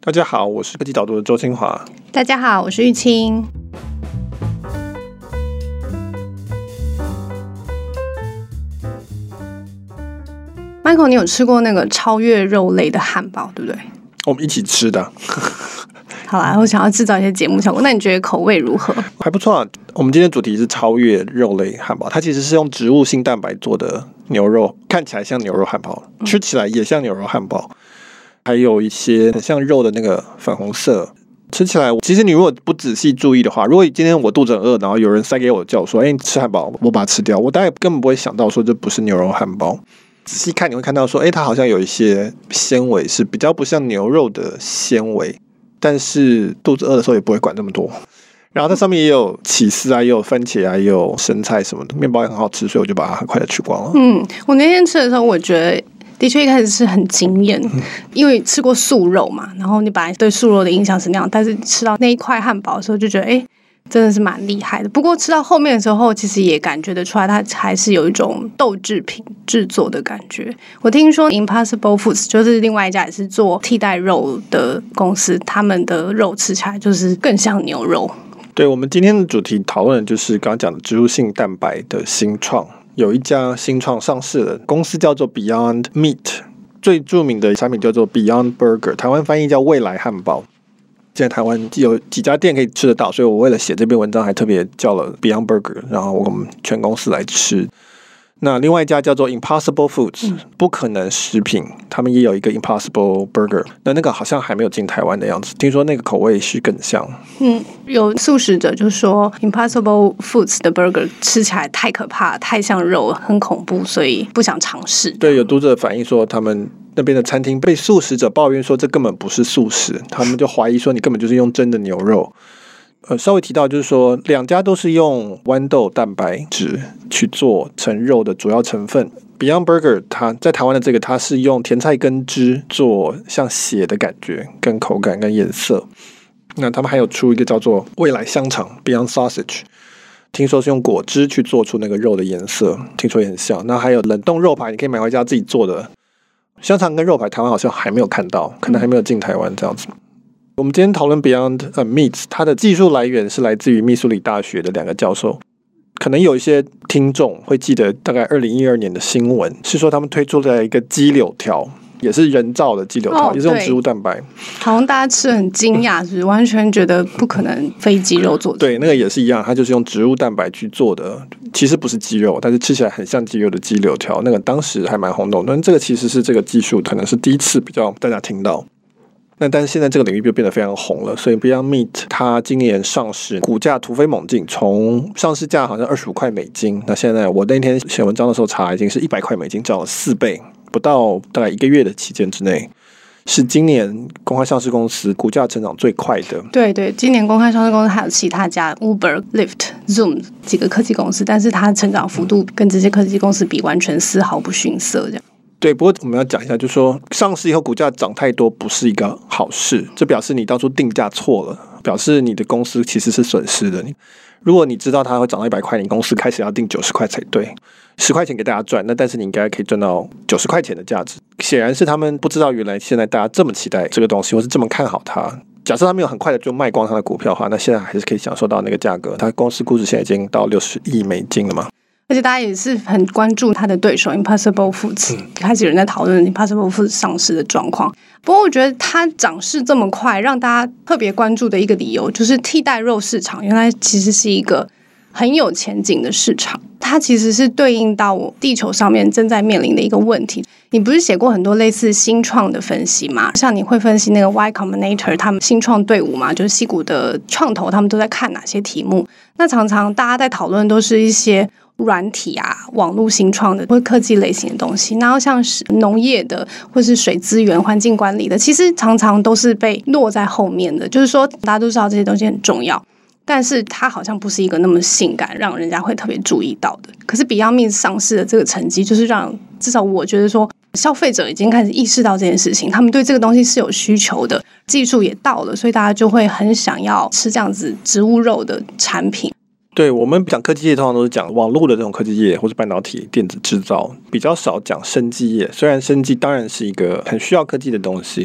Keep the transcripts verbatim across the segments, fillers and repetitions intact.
大家好，我是科技导读的周清华。 大家好，我是玉清。Michael， 你有吃过那个超越肉类的汉堡，对不对？ 我们一起吃的。 好啦，我想要制造一些节目效果，那你觉得口味如何？ 还不错啊。我们今天的主题是超越肉类汉堡，它其实是用植物性蛋白做的牛肉，看起来像牛肉汉堡，吃起来也像牛肉汉堡，还有一些很像肉的那个粉红色。吃起来，其实你如果不仔细注意的话，如果今天我肚子很饿，然后有人塞给我叫我说：“哎、欸，你吃汉堡，我把它吃掉。”我大概根本不会想到说这不是牛肉汉堡。仔细看你会看到说，哎、欸，它好像有一些纤维是比较不像牛肉的纤维，但是肚子饿的时候也不会管这么多。然后它上面也有起司啊，也有番茄啊，也有生菜什么的，面包也很好吃，所以我就把它很快的吃光了。 嗯，我那天吃的时候，我觉得的确一开始是很惊艳，因为吃过素肉嘛，然后你本来对素肉的印象是那样，但是吃到那一块汉堡的时候，就觉得哎。欸真的是蛮厉害的，不过吃到后面的时候，其实也感觉得出来，它还是有一种豆制品制作的感觉。我听说 Impossible Foods 就是另外一家也是做替代肉的公司，他们的肉吃起来就是更像牛肉。 对，我们今天的主题讨论的就是刚刚讲的植物性蛋白的新创，有一家新创上市的公司叫做 Beyond Meat， 最著名的产品叫做 Beyond Burger， 台湾翻译叫未来汉堡。现在台湾有几家店可以吃得到，所以我为了写这篇文章还特别叫了 Beyond Burger， 然后我们全公司来吃。那另外一家叫做 Impossible Foods， 不可能食品，他们也有一个 Impossible Burger， 那那个好像还没有进台湾的样子，听说那个口味是更像。 嗯，有素食者就说 Impossible Foods 的 burger 吃起来太可怕，太像肉，很恐怖，所以不想尝试。 对，有读者反映说他们那边的餐厅被素食者抱怨说这根本不是素食，他们就怀疑说你根本就是用真的牛肉。呃，稍微提到就是说，两家都是用豌豆蛋白质去做成肉的主要成分。Beyond Burger 它在台湾的这个，它是用甜菜根汁做像血的感觉、跟口感、跟颜色。那他们还有出一个叫做未来香肠 Beyond Sausage， 听说是用果汁去做出那个肉的颜色，听说也很像。那还有冷冻肉排，你可以买回家自己做的。香肠跟肉排，台湾好像还没有看到，可能还没有进台湾这样子。我们今天讨论 Beyond Meat， 它的技术来源是来自于密苏里大学的两个教授。可能有一些听众会记得，大概二零一二年的新闻是说他们推出了一个鸡柳条，也是人造的鸡柳条，哦、也是用植物蛋白。 好像大家吃得很惊讶，是不是？完全觉得不可能非鸡肉做的。 对，那个也是一样，它就是用植物蛋白去做的，其实不是鸡肉，但是吃起来很像鸡肉的鸡柳条。那个当时还蛮轰动，但这个其实是这个技术可能是第一次比较大家听到。那但是现在这个领域就变得非常红了，所以 Beyond Meat 它今年上市，股价突飞猛进，从上市价好像二十五块美金，那现在我那天写文章的时候查，已经是一百块美金，涨了四倍，不到大概一个月的期间之内，是今年公开上市公司股价成长最快的。 对对，今年公开上市公司还有其他家 Uber、Lyft、Zoom 几个科技公司，但是它成长幅度跟这些科技公司比，完全丝毫不逊色这样。 对，不过我们要讲一下，就是说上市以后股价涨太多不是一个好事，这表示你当初定价错了，表示你的公司其实是损失的。如果你知道它会涨到一百块，你公司开始要定九十块才对，十块钱给大家赚，那但是你应该可以赚到九十块钱的价值。显然是他们不知道原来现在大家这么期待这个东西，或是这么看好它。假设他没有很快的就卖光他的股票的话，那现在还是可以享受到那个价格。他公司估值现在已经到六十亿美金了嘛。 而且大家也是很关注他的对手 Impossible Foods，、嗯、开始有人在讨论 Impossible Foods 上市的状况。不过我觉得它涨势这么快，让大家特别关注的一个理由，就是替代肉市场原来其实是一个很有前景的市场。它其实是对应到地球上面正在面临的一个问题。你不是写过很多类似新创的分析吗？像你会分析那个 Y Combinator 他们新创队伍嘛，就是矽谷的创投，他们都在看哪些题目？那常常大家在讨论都是一些软体啊、网络新创的或科技类型的东西，然后像是农业的或是水资源、环境管理的，其实常常都是被落在后面的。就是说，大家都知道这些东西很重要，但是它好像不是一个那么性感，让人家会特别注意到的。可是 Beyond Meat 上市的这个成绩，就是让至少我觉得说，消费者已经开始意识到这件事情，他们对这个东西是有需求的，技术也到了，所以大家就会很想要吃这样子植物肉的产品。 对，我们讲科技业通常都是讲网络的这种科技业或是半导体电子制造，比较少讲生技业。虽然生技当然是一个很需要科技的东西，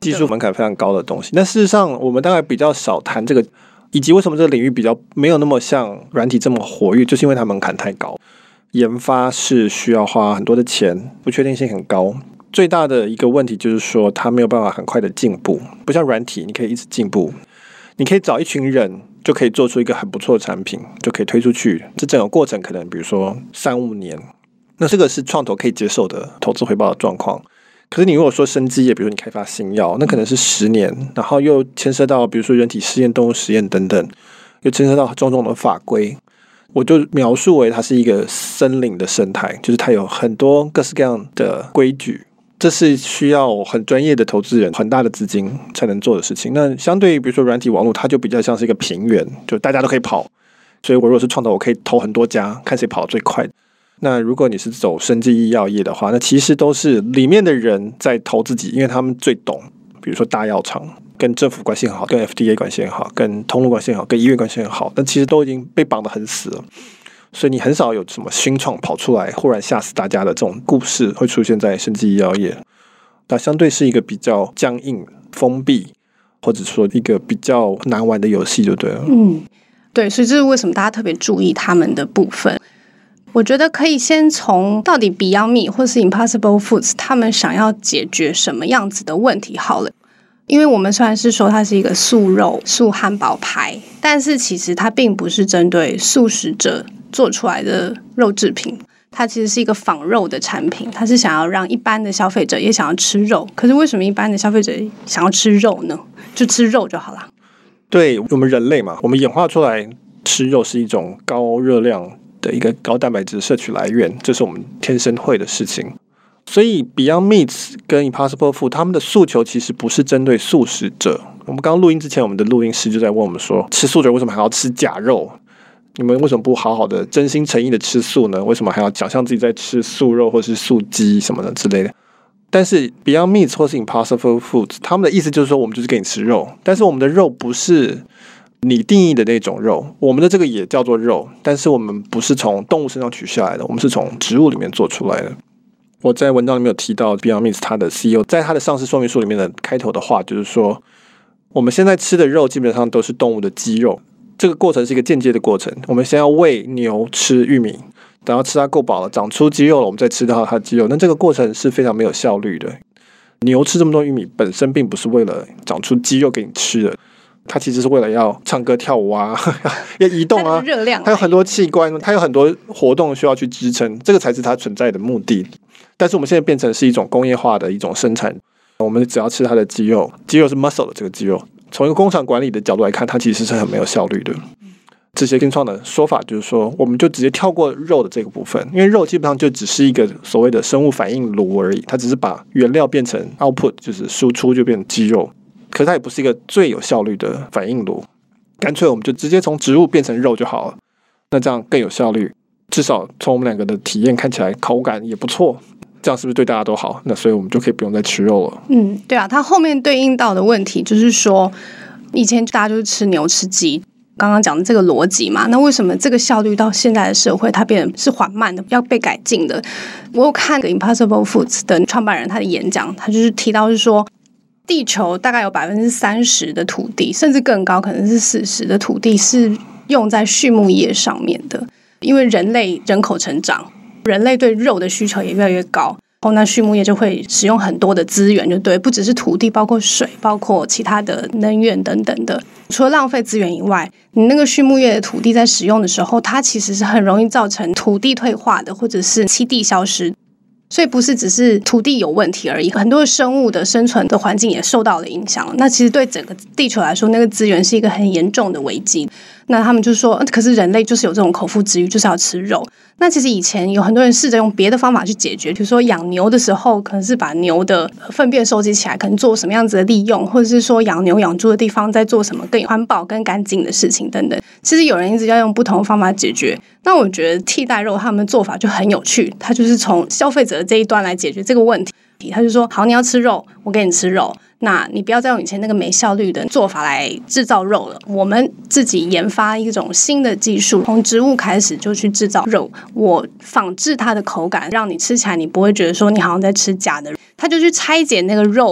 技术门槛非常高的东西。但事实上我们大概比较少谈这个，以及为什么这个领域比较没有那么像软体这么活跃，就是因为它门槛太高，研发是需要花很多的钱，不确定性很高。最大的一个问题就是说它没有办法很快的进步，不像软体你可以一直进步，你可以找一群人就可以做出一个很不错的产品，就可以推出去，这整个过程可能比如说三五年，那这个是创投可以接受的投资回报的状况。可是你如果说生技业，比如说你开发新药，那可能是十年，然后又牵涉到比如说人体试验、动物实验等等，又牵涉到种种的法规，我就描述为它是一个森林的生态，就是它有很多各式各样的规矩，这是需要很专业的投资人、很大的资金才能做的事情。那相对于比如说软体网络，它就比较像是一个平原，就大家都可以跑，所以我如果是创投，我可以投很多家，看谁跑得最快。那如果你是走生技医药业的话，那其实都是里面的人在投自己，因为他们最懂，比如说大药厂跟政府关系很好，跟 F D A 关系很好，跟通路关系很好，跟医院关系很好，但其实都已经被绑得很死了，所以你很少有什么新创跑出来忽然吓死大家的这种故事会出现在生技医药业。它相对是一个比较僵硬、封闭，或者说一个比较难玩的游戏就对了。 嗯，对，所以这是为什么大家特别注意他们的部分。我觉得可以先从到底 Beyond Meat 或是 Impossible Foods 他们想要解决什么样子的问题好了。因为我们虽然是说它是一个素肉素汉堡排，但是其实它并不是针对素食者做出来的肉制品，它其实是一个仿肉的产品，它是想要让一般的消费者也想要吃肉。可是为什么一般的消费者想要吃肉呢？就吃肉就好了。 对，我们人类嘛，我们演化出来吃肉是一种高热量的一个高蛋白质摄取来源，这是我们天生会的事情。所以 Beyond Meat 跟 Impossible Food 他们的诉求其实不是针对素食者。我们刚刚录音之前，我们的录音师就在问我们说，吃素者为什么还要吃假肉？你们为什么不好好的真心诚意的吃素呢？为什么还要想象自己在吃素肉或是素鸡什么的之类的？但是 Beyond Meat 或是 Impossible Foods 他们的意思就是说，我们就是给你吃肉，但是我们的肉不是你定义的那种肉，我们的这个也叫做肉，但是我们不是从动物身上取下来的，我们是从植物里面做出来的。我在文章里面有提到 Beyond Meat 他的 C E O 在他的上市说明书里面的开头的话，就是说我们现在吃的肉基本上都是动物的肌肉，这个过程是一个间接的过程。我们先要喂牛吃玉米，等到吃它够饱了，长出肌肉了，我们再吃到它的肌肉。那这个过程是非常没有效率的。牛吃这么多玉米本身并不是为了长出肌肉给你吃的，它其实是为了要唱歌跳舞啊，要移动啊， 热量它有很多器官，它有很多活动需要去支撑，这个才是它存在的目的。但是我们现在变成是一种工业化的一种生产，我们只要吃它的肌肉，肌肉是 muscle 的这个肌肉，从一个工厂管理的角度来看，它其实是很没有效率的。这些新创的说法就是说，我们就直接跳过肉的这个部分，因为肉基本上就只是一个所谓的生物反应炉而已，它只是把原料变成 output， 就是输出就变成肌肉，可是它也不是一个最有效率的反应炉，干脆我们就直接从植物变成肉就好了，那这样更有效率，至少从我们两个的体验看起来口感也不错，这样是不是对大家都好？那所以我们就可以不用再吃肉了。 嗯，对啊，它后面对应到的问题就是说，以前大家就是吃牛吃鸡，刚刚讲的这个逻辑嘛，那为什么这个效率到现在的社会它变得是缓慢的，要被改进的？我有看 Impossible Foods 的创办人他的演讲，他就是提到是说，地球大概有百分之三十的土地，甚至更高，可能是四十的土地是用在畜牧业上面的，因为人类人口成长，人类对肉的需求也越来越高。那畜牧业就会使用很多的资源，就对，不只是土地，包括水，包括其他的能源等等的。除了浪费资源以外，你那个畜牧业的土地在使用的时候，它其实是很容易造成土地退化的，或者是栖地消失。所以不是只是土地有问题而已，很多的生物的生存的环境也受到了影响。那其实对整个地球来说，那个资源是一个很严重的危机。那他们就说，可是人类就是有这种口腹之欲，就是要吃肉。那其实以前有很多人试着用别的方法去解决，比如说养牛的时候，可能是把牛的粪便收集起来，可能做什么样子的利用，或者是说养牛养猪的地方在做什么更环保、更干净的事情等等。其实有人一直要用不同的方法解决。那我觉得替代肉他们的做法就很有趣，他就是从消费者的这一端来解决这个问题。他就说，好，你要吃肉，我给你吃肉，那你不要再用以前那个没效率的做法来制造肉了，我们自己研发一种新的技术，从植物开始就去制造肉，我仿制它的口感，让你吃起来你不会觉得说你好像在吃假的肉。他就去拆解那个肉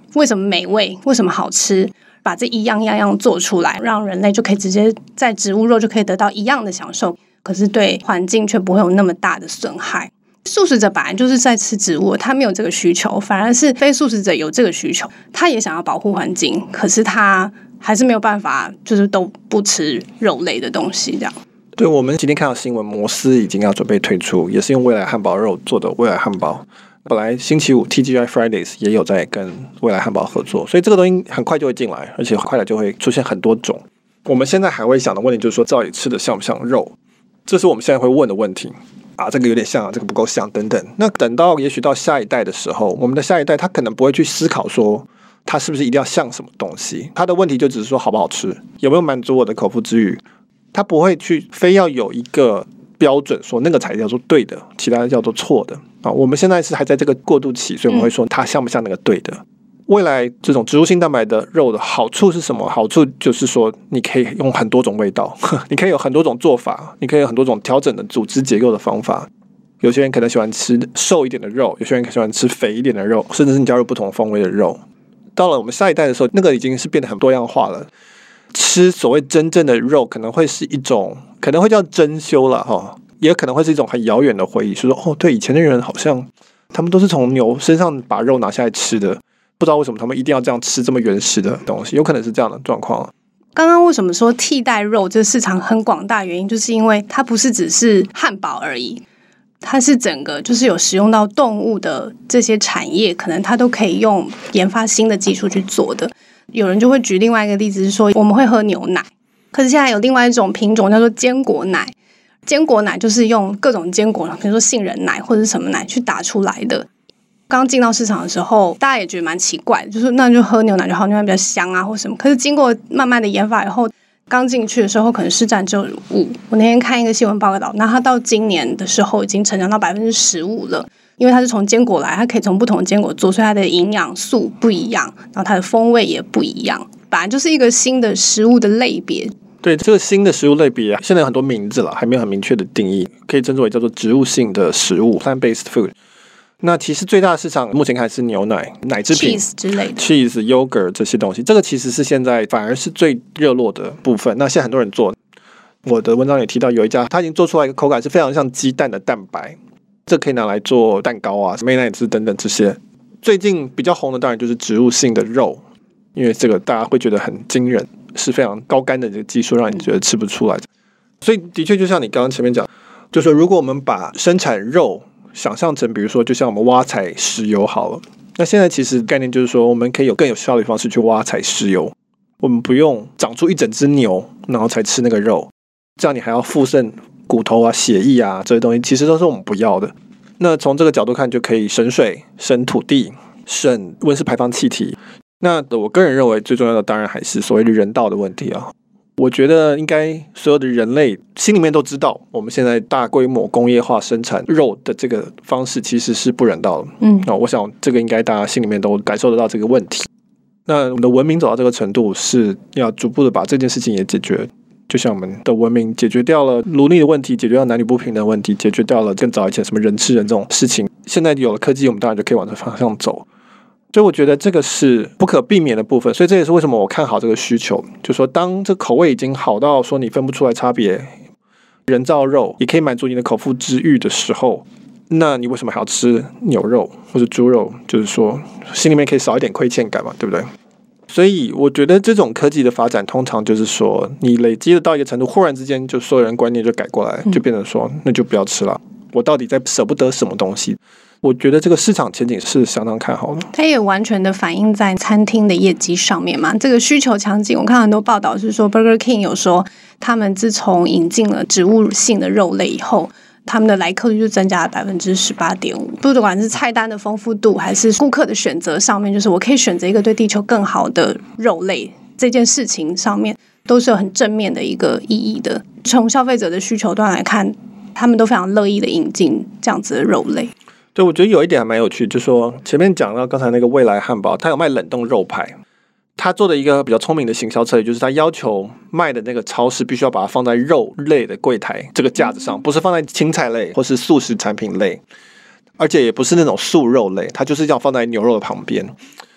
为什么美味，为什么好吃，把这一样样样做出来，让人类就可以直接在植物肉就可以得到一样的享受，可是对环境却不会有那么大的损害。素食者本来就是在吃植物，他没有这个需求，反而是非素食者有这个需求，他也想要保护环境，可是他还是没有办法，就是都不吃肉类的东西这样。 对，我们今天看到新闻，摩斯已经要准备推出，也是用未来汉堡肉做的未来汉堡。本来星期五 T G I Fridays 也有在跟未来汉堡合作，所以这个东西很快就会进来，而且很快的就会出现很多种。我们现在还会想的问题就是说，到底吃的像不像肉？这是我们现在会问的问题。啊，这个有点像，这个不够像，等等。那等到也许到下一代的时候，我们的下一代他可能不会去思考说，他是不是一定要像什么东西。他的问题就只是说好不好吃，有没有满足我的口腹之欲。他不会去非要有一个标准说那个才叫做对的，其他的叫做错的啊。我们现在是还在这个过渡期，所以我们会说它像不像那个对的。未来这种植物性蛋白的肉的好处是什么？好处就是说，你可以用很多种味道，你可以有很多种做法，你可以有很多种调整的组织结构的方法。有些人可能喜欢吃瘦一点的肉，有些人喜欢吃肥一点的肉，甚至是你加入不同风味的肉。到了我们下一代的时候，那个已经是变得很多样化了。吃所谓真正的肉，可能会是一种，可能会叫珍馐了哈，也可能会是一种很遥远的回忆，是说哦，对，以前的人好像他们都是从牛身上把肉拿下来吃的。不知道为什么他们一定要这样吃这么原始的东西，有可能是这样的状况。 刚刚为什么说替代肉这市场很广大，原因就是因为它不是只是汉堡而已，它是整个就是有使用到动物的这些产业，可能它都可以用研发新的技术去做的。有人就会举另外一个例子是说，我们会喝牛奶，可是现在有另外一种品种叫做坚果奶，坚果奶就是用各种坚果，比如说杏仁奶或者是什么奶去打出来的。刚进到市场的时候，大家也觉得蛮奇怪的，就是那就喝牛奶就好，牛奶比较香啊或什么。可是经过慢慢的研发以后，刚进去的时候可能市占只有五。我那天看一个新闻报道，那它到今年的时候已经成长到百分之十五了，因为它是从坚果来，它可以从不同的坚果做，所以它的营养素不一样，然后它的风味也不一样，本来就是一个新的食物的类别。 对，这个新的食物类别现在有很多名字了，还没有很明确的定义，可以称之为叫做植物性的食物 （plant-based food）。那其实最大的市场目前看是牛奶、奶制品、 cheese 之类的 cheese、yogurt 这些东西，这个其实是现在反而是最热络的部分。那现在很多人做，我的文章也提到有一家，他已经做出来一个口感是非常像鸡蛋的蛋白，这可以拿来做蛋糕啊、美乃滋等等这些。最近比较红的当然就是植物性的肉，因为这个大家会觉得很惊人，是非常高干的这个技术，让你觉得吃不出来。所以的确就像你刚刚前面讲，就是说如果我们把生产肉想象成比如说就像我们挖采石油好了，那现在其实概念就是说我们可以有更有效率的方式去挖采石油，我们不用长出一整只牛然后才吃那个肉，这样你还要附赠骨头啊、血液啊这些东西，其实都是我们不要的。那从这个角度看，就可以省水、省土地、省温室排放气体。那我个人认为最重要的当然还是所谓的人道的问题啊。我觉得应该所有的人类心里面都知道，我们现在大规模工业化生产肉的这个方式其实是不人道的。嗯，那我想这个应该大家心里面都感受得到这个问题。那我们的文明走到这个程度，是要逐步的把这件事情也解决。就像我们的文明解决掉了奴隶的问题，解决掉男女不平等的问题，解决掉了更早以前什么人吃人这种事情，现在有了科技，我们当然就可以往这方向走。所以我觉得这个是不可避免的部分，所以这也是为什么我看好这个需求，就是说当这口味已经好到说你分不出来差别，人造肉也可以满足你的口腹之欲的时候，那你为什么还要吃牛肉或者猪肉？就是说心里面可以少一点亏欠感嘛，对不对？所以我觉得这种科技的发展通常就是说你累积了到一个程度，忽然之间就所有人观念就改过来，就变成说那就不要吃了，我到底在舍不得什么东西？我觉得这个市场前景是相当看好的， 它也完全的反映在餐厅的业绩上面嘛。这个需求强劲，我看很多报道是说 Burger King 有说他们自从引进了植物性的肉类以后，他们的来客率就增加了百分之十八点五。不管是菜单的丰富度，还是顾客的选择上面，就是我可以选择一个对地球更好的肉类，这件事情上面都是有很正面的一个意义的。从消费者的需求端来看，他们都非常乐意的引进这样子的肉类。 对，我觉得有一点还蛮有趣，就是说前面讲到刚才那个未来汉堡，它有卖冷冻肉排，他做的一个比较聪明的行销策略，就是他要求卖的那个超市必须要把它放在肉类的柜台这个架子上，不是放在青菜类或是素食产品类，而且也不是那种素肉类，它就是要放在牛肉的旁边。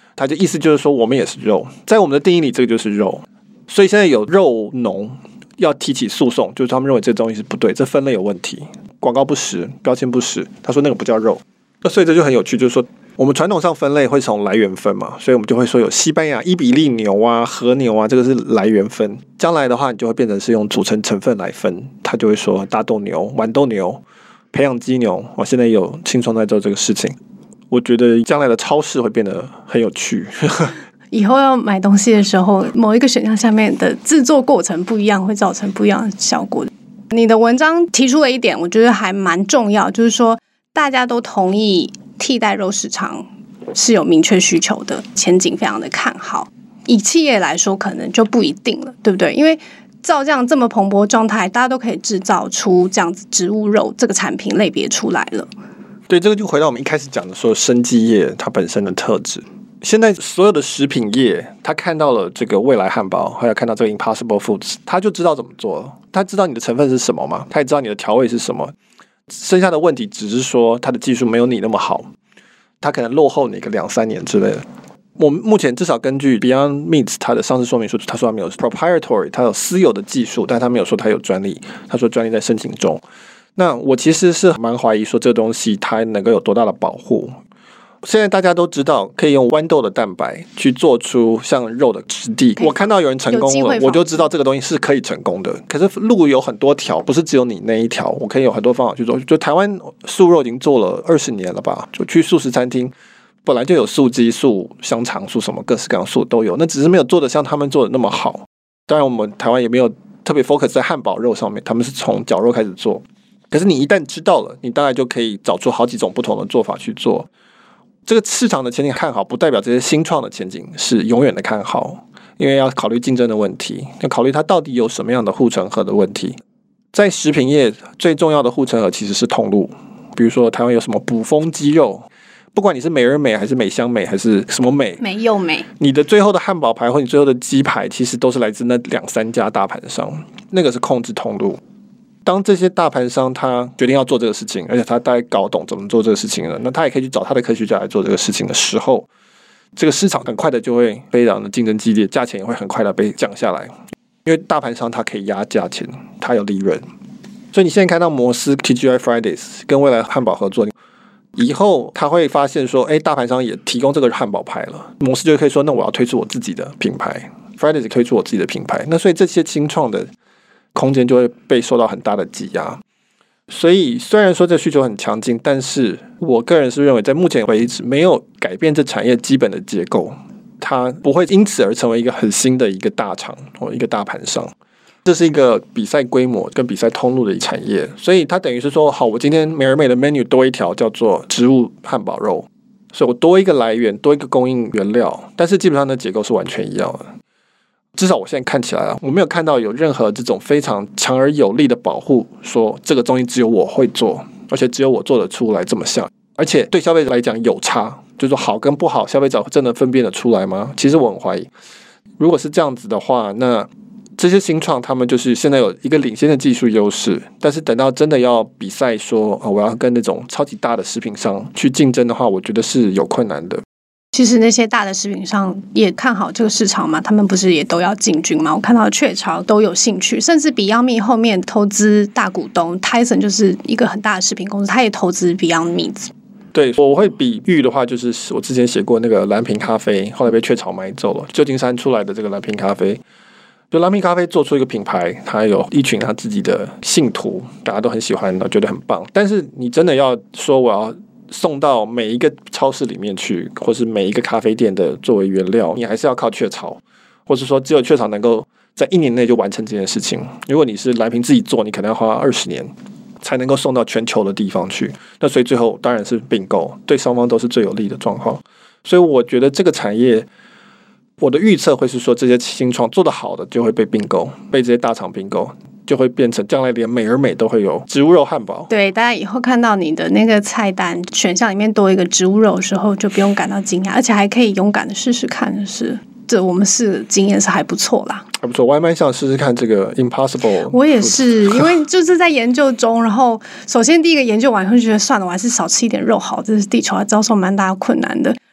它就意思就是说我们也是肉，在我们的定义里这个就是肉，所以现在有肉农要提起诉讼，就是他们认为这东西是不对，这分类有问题，广告不实，标签不实，他说那个不叫肉。那所以这就很有趣，就是说我们传统上分类会从来源分嘛，所以我们就会说有西班牙伊比利牛啊、和牛啊，这个是来源分。将来的话，你就会变成是用组成成分来分，他就会说大斗牛、豌豆牛、培养基牛。我现在有新创在做这个事情，我觉得将来的超市会变得很有趣。 以后要买东西的时候，某一个选项下面的制作过程不一样，会造成不一样的效果。你的文章提出了一点，我觉得还蛮重要，就是说大家都同意替代肉市场是有明确需求的，前景非常的看好。以企业来说，可能就不一定了，对不对？因为照这样这么蓬勃状态，大家都可以制造出这样子植物肉这个产品类别出来了。 对，这个就回到我们一开始讲的说，生技业它本身的特质。现在所有的食品业，他看到了这个未来汉堡，还有看到这个 Impossible Foods， 他就知道怎么做了。他知道你的成分是什么嘛？他也知道你的调味是什么。剩下的问题只是说，他的技术没有你那么好，他可能落后你个两三年之类的。我们目前至少根据 Beyond Meats 它的上市说明书，他说他没有 proprietary， 他有私有的技术，但他没有说他有专利。他说专利在申请中。那我其实是蛮怀疑说这个东西它能够有多大的保护。现在大家都知道可以用豌豆的蛋白去做出像肉的质地，我看到有人成功了，我就知道这个东西是可以成功的。可是路有很多条，不是只有你那一条，我可以有很多方法去做。就台湾素肉已经做了二十年了吧，就去素食餐厅本来就有素鸡、素香肠、素什么各式各样素都有，那只是没有做的像他们做的那么好。当然我们台湾也没有特别 focus 在汉堡肉上面，他们是从绞肉开始做。可是你一旦知道了，你大概就可以找出好几种不同的做法去做。这个市场的前景看好，不代表这些新创的前景是永远的看好，因为要考虑竞争的问题，要考虑它到底有什么样的护城河的问题。在食品业最重要的护城河其实是通路，比如说台湾有什么捕风鸡肉，不管你是美而美还是美香美还是什么美， 美又美，你的最后的汉堡排或你最后的鸡排其实都是来自那两三家大盘商，那个是控制通路。当这些大盘商他决定要做这个事情，而且他大概搞懂怎么做这个事情了，那他也可以去找他的科学家来做这个事情的时候，这个市场很快的就会非常的竞争激烈，价钱也会很快的被降下来，因为大盘商他可以压价钱，他有利润。所以你现在看到摩斯 T G I Fridays 跟未来汉堡合作，以后他会发现说，哎，大盘商也提供这个汉堡牌了，摩斯就可以说，那我要推出我自己的品牌， Fridays 推出我自己的品牌，那所以这些新创的空间就会被受到很大的挤压。所以虽然说这需求很强劲，但是我个人是认为在目前为止没有改变这产业基本的结构，它不会因此而成为一个很新的一个大厂或一个大盘商。这是一个比赛规模跟比赛通路的产业，所以它等于是说，好，我今天美而美的 menu 多一条叫做植物汉堡肉，所以我多一个来源，多一个供应原料，但是基本上的结构是完全一样的。至少我现在看起来啊，我没有看到有任何这种非常强而有力的保护，说这个东西只有我会做，而且只有我做得出来这么像，而且对消费者来讲有差，就是说好跟不好，消费者真的分辨得出来吗？其实我很怀疑。如果是这样子的话，那这些新创他们就是现在有一个领先的技术优势，但是等到真的要比赛说、哦、我要跟那种超级大的食品商去竞争的话，我觉得是有困难的。 其实那些大的食品商也看好这个市场嘛，他们不是也都要进军嘛？我看到雀巢都有兴趣，甚至 Beyond Meat 后面投资大股东 Tyson 就是一个很大的食品公司，他也投资 Beyond Meat。 对，我会比喻的话，就是我之前写过那个蓝瓶咖啡，后来被雀巢买走了，旧金山出来的这个蓝瓶咖啡，就蓝瓶咖啡做出一个品牌，他有一群他自己的信徒，大家都很喜欢，觉得很棒。但是你真的要说我要送到每一个超市里面去，或是每一个咖啡店的作为原料，你还是要靠雀巢，或是说只有雀巢能够在一年内就完成这件事情。如果你是蓝瓶自己做，你可能要花二十年才能够送到全球的地方去，那所以最后当然是并购，对双方都是最有利的状况。所以我觉得这个产业，我的预测会是说，这些新创做得好的就会被并购，被这些大厂并购，就会变成将来连美而美都会有植物肉汉堡。 对，大家以后看到你的那个菜单选项里面多一个植物肉的时候，就不用感到惊讶，而且还可以勇敢的试试看，就是这我们是经验是还不错啦， 还不错。我还蛮想试试看这个 Impossible。 我也是，因为就是在研究中，然后首先第一个研究完后就觉得算了，我还是少吃一点肉好，这是地球还遭受蛮大的困难的。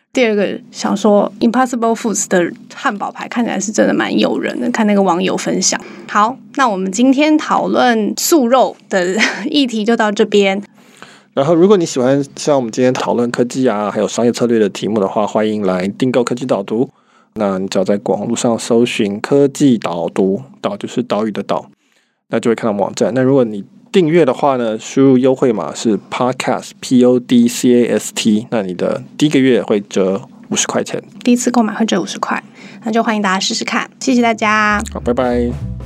第二个想说 Impossible Foods 的汉堡排看起来是真的蛮诱人的，看那个网友分享。好，那我们今天讨论素肉的议题就到这边。 然后如果你喜欢像我们今天讨论科技啊还有商业策略的题目的话，欢迎来订购科技导读。那你只要在网络上搜寻科技导读，导就是岛屿的岛，那就会看到网站。那如果你订阅的话呢，输入优惠码是 podcast P O D C A S T， 那你的第一个月会折五十块钱， 第一次购买会折五十块，那就欢迎大家试试看。谢谢大家， 好，拜拜。